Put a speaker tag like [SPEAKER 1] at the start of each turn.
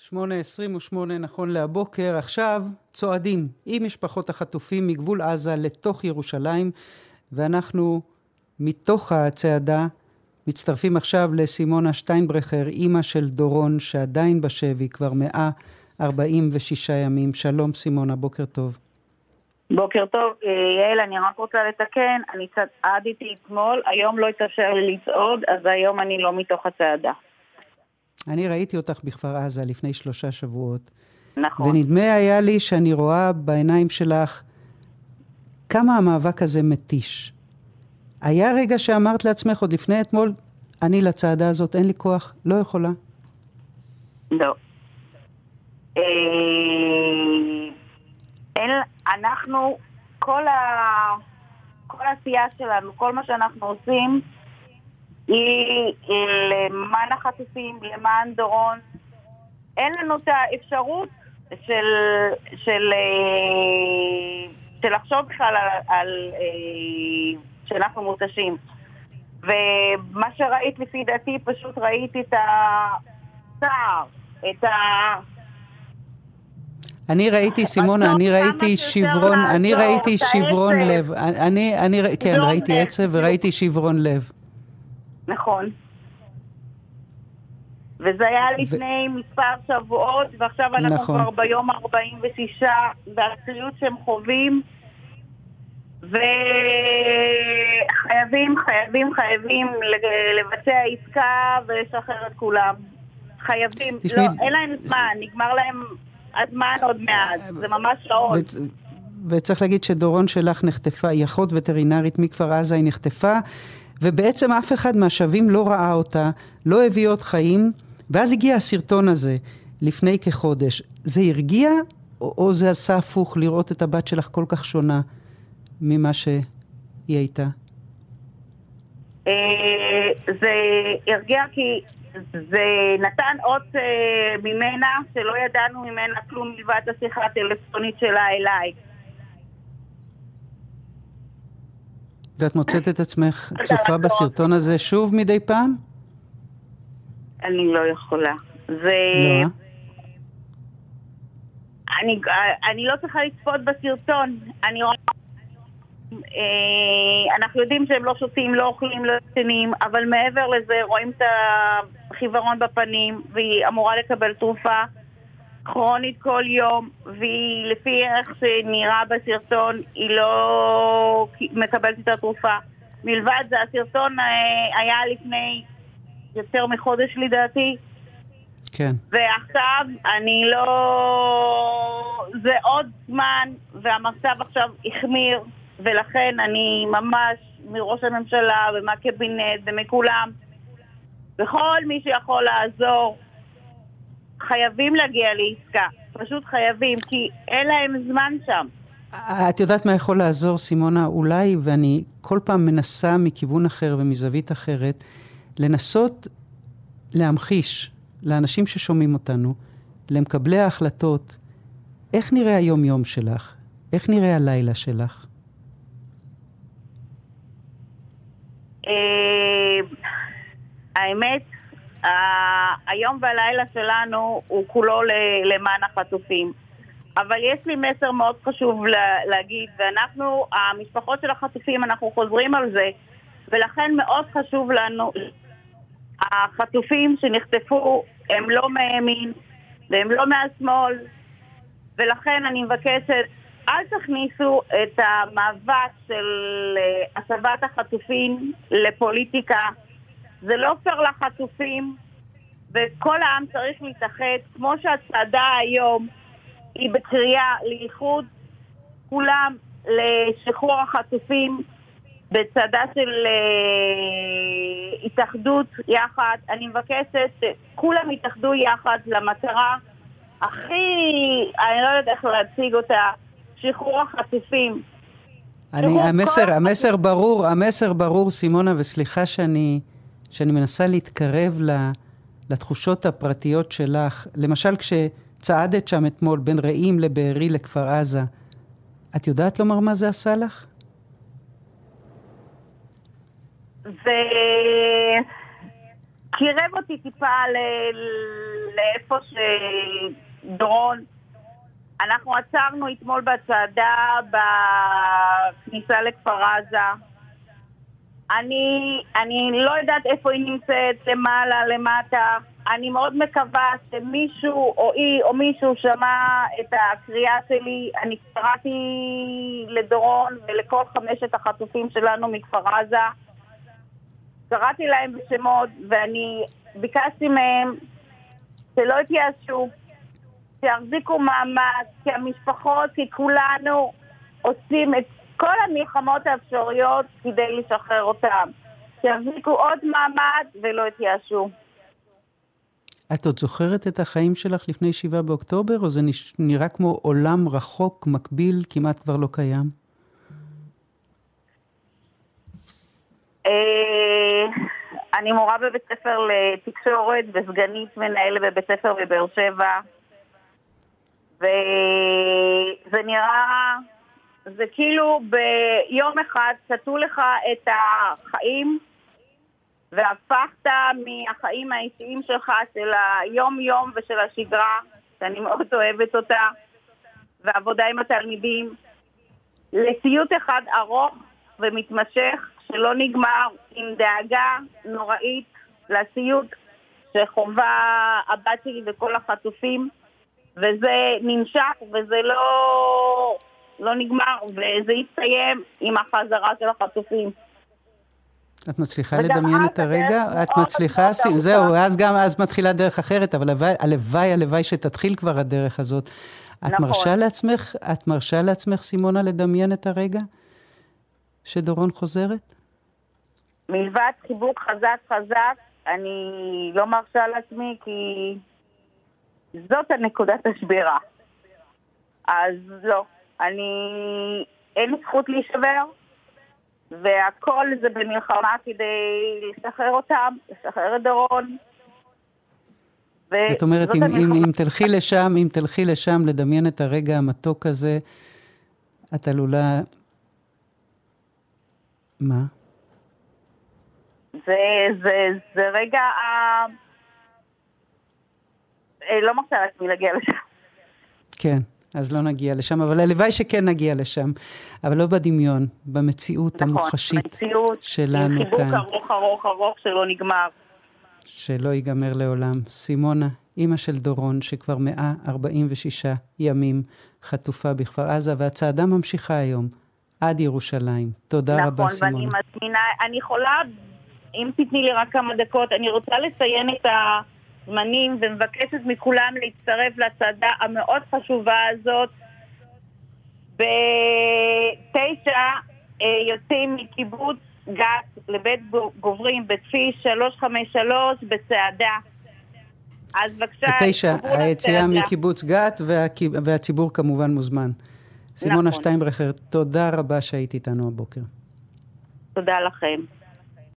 [SPEAKER 1] 8:28 נכון להבוקר. עכשיו צועדים עם משפחות החטופים מגבול עזה לתוך ירושלים, ואנחנו מתוך הצעדה מצטרפים עכשיו לסימונה שטיינברכר, אימא של דורון שעדיין בשבי כבר 146 ימים. שלום סימונה, בוקר טוב.
[SPEAKER 2] בוקר טוב, יעל, אני רק רוצה לתקן, אני צעדתי אתמול, היום לא התאפשר לי לצעוד, אז היום אני לא מתוך הצעדה.
[SPEAKER 1] אני ראיתי אותך בכפר עזה לפני 3 שבועות.
[SPEAKER 2] נכון.
[SPEAKER 1] ונדמה היה לי שאני רואה בעיניים שלך כמה המאבק הזה מתיש. היה רגע שאמרת לעצמך עוד לפני אתמול, אני לצעדה הזאת אין לי כוח, לא יכולה?
[SPEAKER 2] לא. אנחנו, כל העשייה שלנו, כל מה שאנחנו עושים, היא למען החטופים, למען דורון. אין לנו את האפשרות של לחשוב בכלל על שאנחנו מותשים. ומה שראית לפי דעתי, פשוט ראיתי את הצער,
[SPEAKER 1] אני ראיתי, סימונה, אני ראיתי שברון לב. כן, ראיתי עצב וראיתי שברון לב.
[SPEAKER 2] נכון. וזה היה לפני מספר שבועות, ועכשיו אנחנו כבר ביום 46, והציות שהם חווים, וחייבים לבצע עסקה ולשחרר את כולם. חייבים. לא, אין להם זמן, נגמר להם הזמן עוד מעט, זה ממש שעות.
[SPEAKER 1] וצריך להגיד שדורון שלך נחטפה, היא אחות וטרינרית מכפר עזה, היא נחטפה, ובעצם אף אחד מהשבים לא ראה אותה, לא הביא עוד חיים, ואז הגיע הסרטון הזה לפני כחודש. זה הרגיע, או זה עשה הפוך לראות את הבת שלך כל כך שונה ממה שהיא הייתה?
[SPEAKER 2] זה הרגיע כי זה נתן אות ממנה, שלא ידענו ממנה כלום מלבד השיחה הטלפונית שלה אליי.
[SPEAKER 1] ואת מוצאת את עצמך צופה בסרטון הזה שוב מדי פעם?
[SPEAKER 2] אני לא יכולה.
[SPEAKER 1] לא?
[SPEAKER 2] אני לא צריכה לצפות בסרטון. אנחנו יודעים שהם לא שותים, לא אוכלים, לא ישנים, אבל מעבר לזה רואים את החיוורון בפנים, והיא אמורה לקבל תרופה כרונית כל יום, והיא לפי איך שנראה בסרטון היא לא מקבלת את התרופה. מלבד זה, הסרטון היה לפני יותר מחודש לדעתי.
[SPEAKER 1] כן.
[SPEAKER 2] ועכשיו אני לא... זה עוד זמן, והמצב עכשיו החמיר, ולכן אני ממש מראש הממשלה ומהקבינט ומכולם, וכל מי שיכול לעזור, חייבים להגיע לעסקה. פשוט חייבים, כי אין להם זמן שם.
[SPEAKER 1] את יודעת מה יכול לעזור, סימונה? אולי, ואני כל פעם מנסה מכיוון אחר ומזווית אחרת, לנסות להמחיש לאנשים ששומעים אותנו, למקבלי ההחלטות, איך נראה היום-יום שלך? איך נראה הלילה שלך?
[SPEAKER 2] האמת, היום והלילה שלנו הוא כולו למען החטופים. אבל יש לי מסר מאוד חשוב להגיד, ואנחנו, המשפחות של החטופים, אנחנו חוזרים על זה, ולכן מאוד חשוב לנו, החטופים שנחטפו הם לא מימין, והם לא מהשמאל, ולכן אני מבקשת, אל תכניסו את המאבק של השבת החטופים לפוליטיקה. זה לא פייר לחטופים, וכל העם צריך להתאחד, כמו שהצעדה היום היא בקריאה לאיחוד, כולם לשחרור החטופים, בצעדה של התאחדות יחד. אני מבקשת שכולם יתאחדו יחד למטרה אני לא יודעת איך להציג אותה, שחרור החטופים.
[SPEAKER 1] המסר ברור, סימונה, וסליחה שאני מנסה להתקרב לתחושות הפרטיות שלך. למשל, כשצעדת שם אתמול בין רעים לבארי לכפר עזה, את יודעת לומר מה זה עשה לך?
[SPEAKER 2] זה קירב אותי טיפה לאיפה שדורון, אנחנו עצרנו אתמול בצעדה בכניסה לכפר עזה. אני לא יודעת איפה היא נמצאת, למעלה, למטה. אני מאוד מקווה שמישהו או היא או מישהו שמע את הקריאה שלי. אני קראתי לדורון ולכל 5 החטופים שלנו מכפר עזה. קראתי להם בשמות ואני ביקשתי מהם שלא יתייאשו, שיחזיקו מעמד, כי המשפחות, כי כולנו עושים את כל המלחמות האפשריות כדי לשחרר אותם. שיחזיקו עוד מעמד ולא יתייאשו.
[SPEAKER 1] את עוד זוכרת את החיים שלך לפני 7 באוקטובר, או זה נראה כמו עולם רחוק, מקביל, כמעט כבר לא קיים?
[SPEAKER 2] אני מורה בבית ספר לתקשורת וסגנית מנהל בבית ספר בבאר שבע, וזה נראה, זה כאילו ביום אחד סתו לך את החיים והפכת מהחיים האישיים שלך של היום יום ושל השגרה, שאני מאוד אוהבת אותה, ועבודה עם התלמידים, לסיוט אחד ארוך ומתמשך שלא נגמר, עם דאגה נוראית לסיוט שחובה הבת שלי וכל החטופים, וזה נמשך וזה לא נגמר, וזה יסתיים עם החזרה של החטופים.
[SPEAKER 1] את מצליחה לדמיין את הרגע? את מצליחה? זהו, אז מתחילה דרך אחרת, אבל הלוואי שתתחיל כבר הדרך הזאת. את מרשה לעצמך, סימונה, לדמיין את הרגע שדורון חוזרת?
[SPEAKER 2] מלבד חיבוק חזק, אני לא מרשה לעצמי, כי זאת הנקודת השבירה. אז לא, אין לי זכות להישבר, והכל זה במלחמה כדי לשחרר אותם, לשחרר את דורון.
[SPEAKER 1] זאת אומרת, אם תלכי לשם לדמיין את הרגע המתוק הזה, את עלולה... מה?
[SPEAKER 2] זה רגע... לא מרשה לעצמי להגיע לשם.
[SPEAKER 1] כן. אז לא נגיע לשם, אבל הלוואי שכן נגיע לשם, אבל לא בדמיון, במציאות המוחשית שלנו כאן.
[SPEAKER 2] עם חיבוק ארוך שלא נגמר.
[SPEAKER 1] שלא ייגמר לעולם. סימונה, אמא של דורון, שכבר 146 ימים חטופה בכפר עזה, והצעדה ממשיכה היום עד ירושלים. תודה רבה, סימונה.
[SPEAKER 2] נכון, ואני מזמינה, אני יכולה, אם תתני לי רק כמה דקות, אני רוצה לציין את זמנים ומבקשת מכולם להצטרף לצעדה המאוד חשובה הזאת. ב9 יוצאים מקיבוץ גת לבית גוברים בכביש 353 בצעדה. אז בבקשה,
[SPEAKER 1] ב9 היציאה מקיבוץ גת והציבור כמובן מוזמן. סימונה שטיינברכר, תודה רבה שהיית איתנו הבוקר.
[SPEAKER 2] תודה לכם.